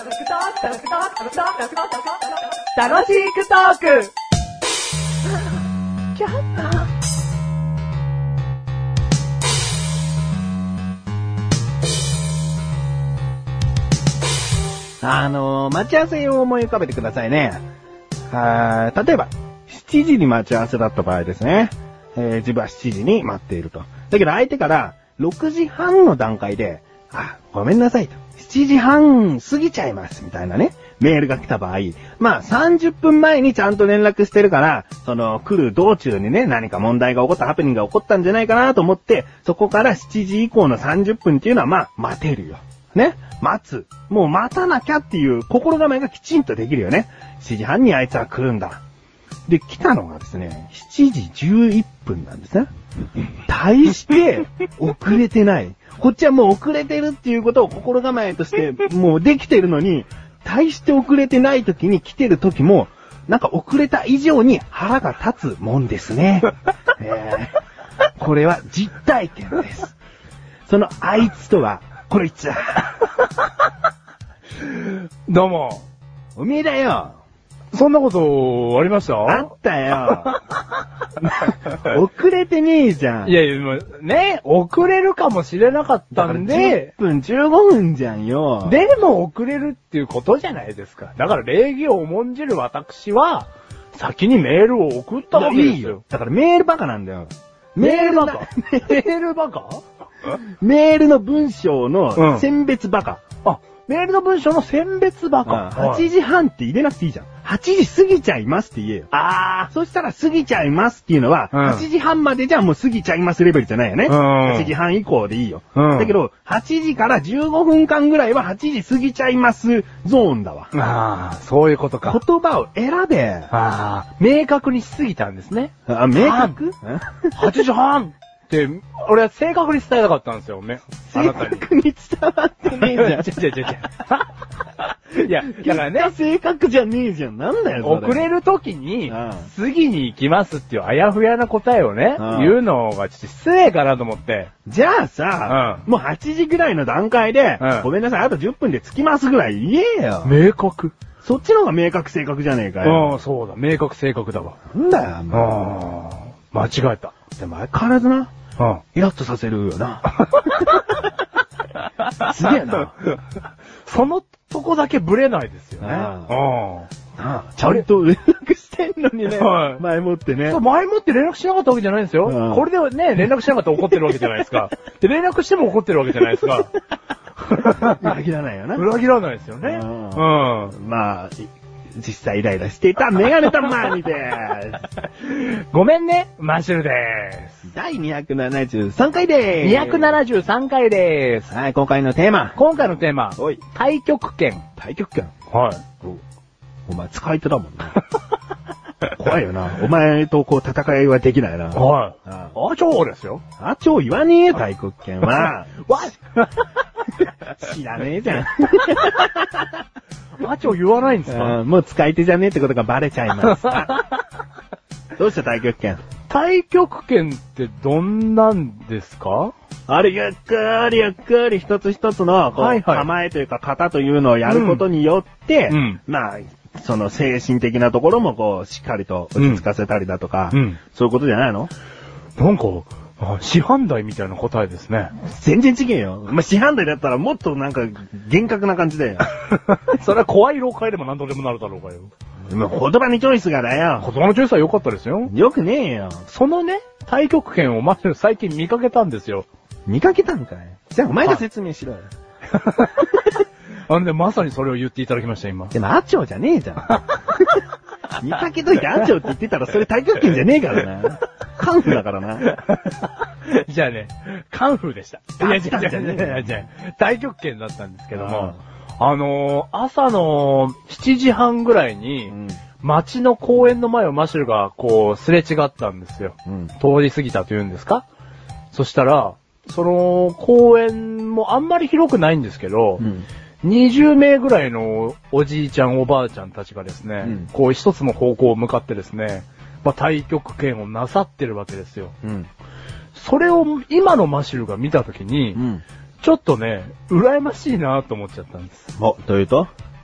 楽しくトーク。 待ち合わせを思い浮かべてくださいね。例えば、7時に待ち合わせだった場合ですね。自分は7時に待っていると。だけど相手から6時半の段階で、ごめんなさいと。7時半過ぎちゃいますみたいなね、メールが来た場合、30分前にちゃんと連絡してるから、来る道中にね、何か問題が起こった、ハプニングが起こったんじゃないかなと思って、そこから7時以降の30分っていうのは待てるよ。ね、待つ。もう待たなきゃっていう心構えがきちんとできるよね。7時半にあいつは来るんだ。で、来たのがですね、7時11分なんですね。大して遅れてない。こっちはもう遅れてるっていうことを心構えとしてもうできてるのに、大して遅れてない時に来てる時も、なんか遅れた以上に腹が立つもんですね。これは実体験です。そのあいつとは、これいつだ。 どうも。 おめえだよ。 そんなことありました？ あったよ。遅れてねえじゃん。 いやいや、もうね、遅れるかもしれなかったんで。 10分15分じゃんよ。 でも遅れるっていうことじゃないですか。だから礼儀を重んじる私は、先にメールを送ったわけですよ。 だからメールバカなんだよ。 メールバカメールの文章の選別バカ。 メールの文章の選別バカ。 8時半って入れなくていいじゃん。8時過ぎちゃいますって言えよ。そしたら過ぎちゃいますっていうのは、8時半までじゃもう過ぎちゃいますレベルじゃないよね。8時半以降でいいよ。だけど、8時から15分間ぐらいは8時過ぎちゃいますゾーンだわ。 そういうことか。 言葉を選べ。 明確にしすぎたんですね。 明確 ?8 時半って、俺は正確に伝えたかったんですよね。 正確に伝わってねえじゃん。 いや、だからね。 正確じゃねえじゃん。なんだよ、それ。 遅れる時に、次に行きますっていうあやふやな答えをね、言うのがちょっと失礼かなと思って。 じゃあさ、もう8時ぐらいの段階で、ごめんなさい、あと10分で着きますぐらい言えよ。 明確。 そっちの方が明確正確じゃねえかよ。 そうだ、明確正確だわ。 なんだよ、もう。間違えた。 でも相変わらずな。イラッとさせるよな。すげえな。 そのとこだけブレないですよね。 ちゃんと連絡してんのにね。前もってね。 前もって連絡しなかったわけじゃないんですよ。これでね、連絡しなかったら怒ってるわけじゃないですか。で、連絡しても怒ってるわけじゃないですか。 裏切らないよな。 裏切らないですよね。 実際イライラしていたメガネたまにでーす。ごめんね、マシュルでーす。 第273回でーす。 273回でーす。 はい、今回のテーマ。太極拳。 太極拳。 お前使い手だもんね。怖いよな。お前と戦いはできないな。 アチョウですよ。 アチョウ言わねえよ、太極拳は。知らねえじゃん。 アチョウ言わないんですか？ もう使い手じゃねえってことがバレちゃいます。どうした太極拳？ 太極拳ってどんなんですか？ ゆっくり一つ一つの構えというか型というのをやることによって、その精神的なところもしっかりと落ち着かせたりだとか、そういうことじゃないの？ なんか、師範代みたいな答えですね。 全然違えよ。師範代だったらもっとなんか厳格な感じだよ。 それは怖い老会でも何とでもなるだろうかよ。 言葉にチョイスがだよ。 言葉のチョイスは良かったですよ。 よくねえよ。 そのね、太極拳を最近見かけたんですよ。 見かけたんかい？じゃあお前が説明しろよ。 まさにそれを言っていただきました、今。 でも、アチョウじゃねえじゃん。見かけといてアチョウって言ってたら、それ太極拳じゃねえからな。カンフーだからな。 じゃあね、カンフーでした。いや、違う。太極拳だったんですけども、朝の7時半ぐらいに、街の公園の前をマシュルがすれ違ったんですよ。通り過ぎたというんですか？そしたら、その公園もあんまり広くないんですけど、20名ぐらいのおじいちゃんおばあちゃんたちがですね、一つの方向を向かってですね、太極拳をなさってるわけですよ。それを今のマシュルが見たときに、ちょっとね、羨ましいなと思っちゃったんです。 というと？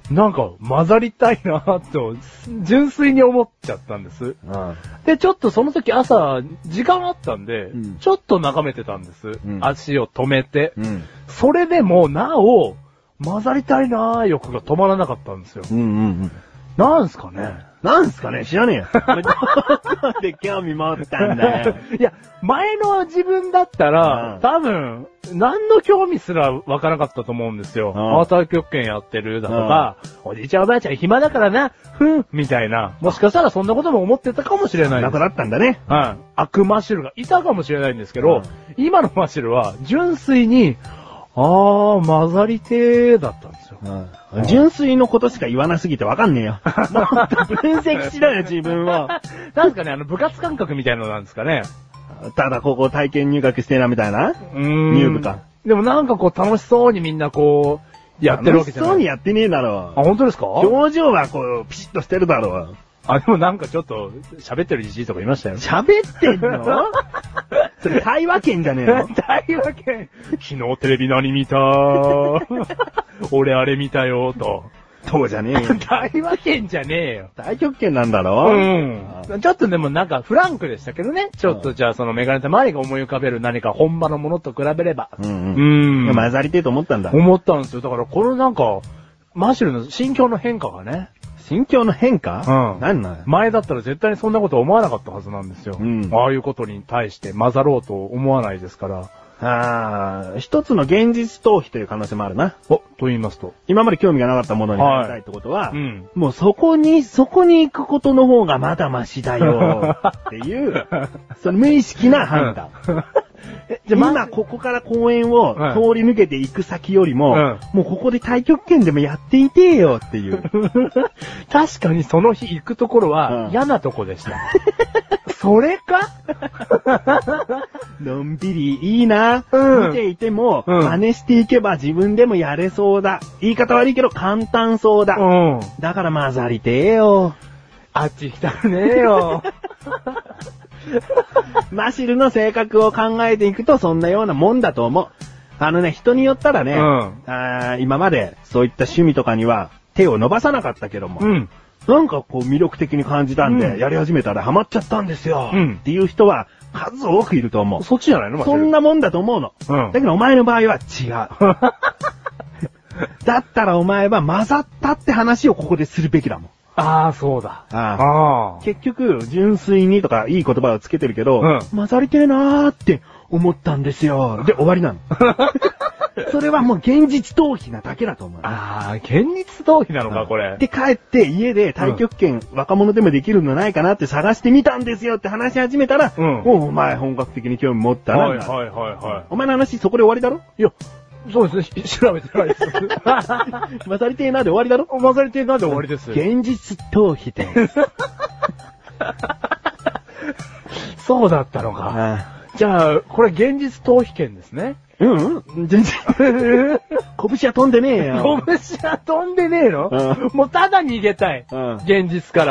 なんか混ざりたいなと、純粋に思っちゃったんです。で、ちょっとその時朝、時間あったんで、ちょっと眺めてたんです。足を止めて。それでも、なお、混ざりたいな欲が止まらなかったんですよ。なんすかね。 なんすかね、知らねえよ。どこで興味持ったんだよ。 いや、前の自分だったら、多分、何の興味すらわからなかったと思うんですよ。太極拳やってるだとか、おじいちゃんおばあちゃん暇だからな、みたいな。もしかしたらそんなことも思ってたかもしれないです。 楽だったんだね。 悪マシュルがいたかもしれないんですけど、今のマシュルは純粋に、混ざりてーだったんですよ。 純粋のことしか言わなすぎてわかんねえよ。もっと分析しろよ、自分を。 なんすかね、部活感覚みたいなのなんですかね。 ただここ体験入学してえなみたいな入部か。 でもなんかこう楽しそうにみんなこう、やってるわけじゃない。 楽しそうにやってねえだろ。 本当ですか？ 表情はこう、ピシッとしてるだろ。 でもなんかちょっと、喋ってるじじいとかいましたよ。 喋ってんのそれ対話券じゃねえの？ 対話券。昨日テレビ何見た俺あれ見たよ、と。 そうじゃねえよ。 対話券じゃねえよ。 太極拳なんだろ？ ちょっとでもなんかフランクでしたけどね。ちょっとじゃあそのメガネた周りが思い浮かべる何か本場のものと比べれば。 混ざりてえと思ったんだ。 思ったんですよ。だからこのなんか、マシュルの心境の変化がね。 心境の変化？何なの？ 前だったら絶対にそんなこと思わなかったはずなんですよ。ああいうことに対して混ざろうと思わないですから。 一つの現実逃避という可能性もあるな。 と言いますと。 今まで興味がなかったものになりたいってことは、もうそこに行くことの方がまだマシだよっていう、その無意識な判断。じゃあ今ここから公園を通り抜けていく先よりも、もうここで太極拳でもやっていてよっていう。 確かにその日行くところは嫌なとこでした。それかのんびりいいな。見ていても、真似していけば自分でもやれそうだ。言い方悪いけど簡単そうだ。だから混ざりてえよ。 あっち行きたくねえよ。 マシルの性格を考えていくとそんなようなもんだと思う。人によったらね、今までそういった趣味とかには手を伸ばさなかったけども、なんかこう魅力的に感じたんで、やり始めたらハマっちゃったんですよ、っていう人は数多くいると思う。 そっちじゃないの？ そんなもんだと思うの。だけどお前の場合は違う。だったらお前は混ざったって話をここでするべきだもん。 そうだ。 結局、純粋にとかいい言葉をつけてるけど、混ざりてえなーって思ったんですよ。で、終わりなの。それはもう現実逃避なだけだと思う。 現実逃避なのか、これ。 で、帰って家で太極拳、若者でもできるのないかなって探してみたんですよって話し始めたら、もうお前本格的に興味持ったな。お前の話そこで終わりだろ？ いや、そうですね。調べてないです。 混ざりてえなで終わりだろ？ 混ざりてえなで終わりです。 現実逃避です。 そうだったのか。じゃあ、これ現実逃避権ですね。 全然。拳は飛んでねえよ。 拳は飛んでねえの？もうただ逃げたい。現実から。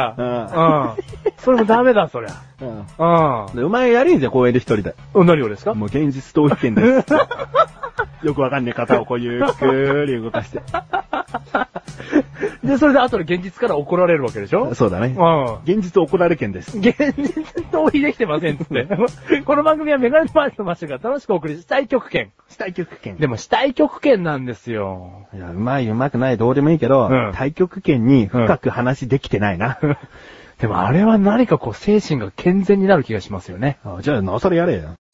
それもダメだ、そりゃ。 お前やれんじゃん、公園で一人で。 何をですか？ もう現実逃避権です。よくわかんねえ肩をこうゆっくり動かして。 で、それで後で現実から怒られるわけでしょ？ そうだね。現実怒られ権です。 現実逃避できてませんっつって。この番組はメガネマーチのマッシュが楽しくお送りしたい極拳。 したい極拳。 でもしたい極拳なんですよ。 いや、うまい、うまくない、どうでもいいけど、太極拳に深く話できてないな。 でもあれは何かこう精神が健全になる気がしますよね。 じゃあ、なおさらやれよ。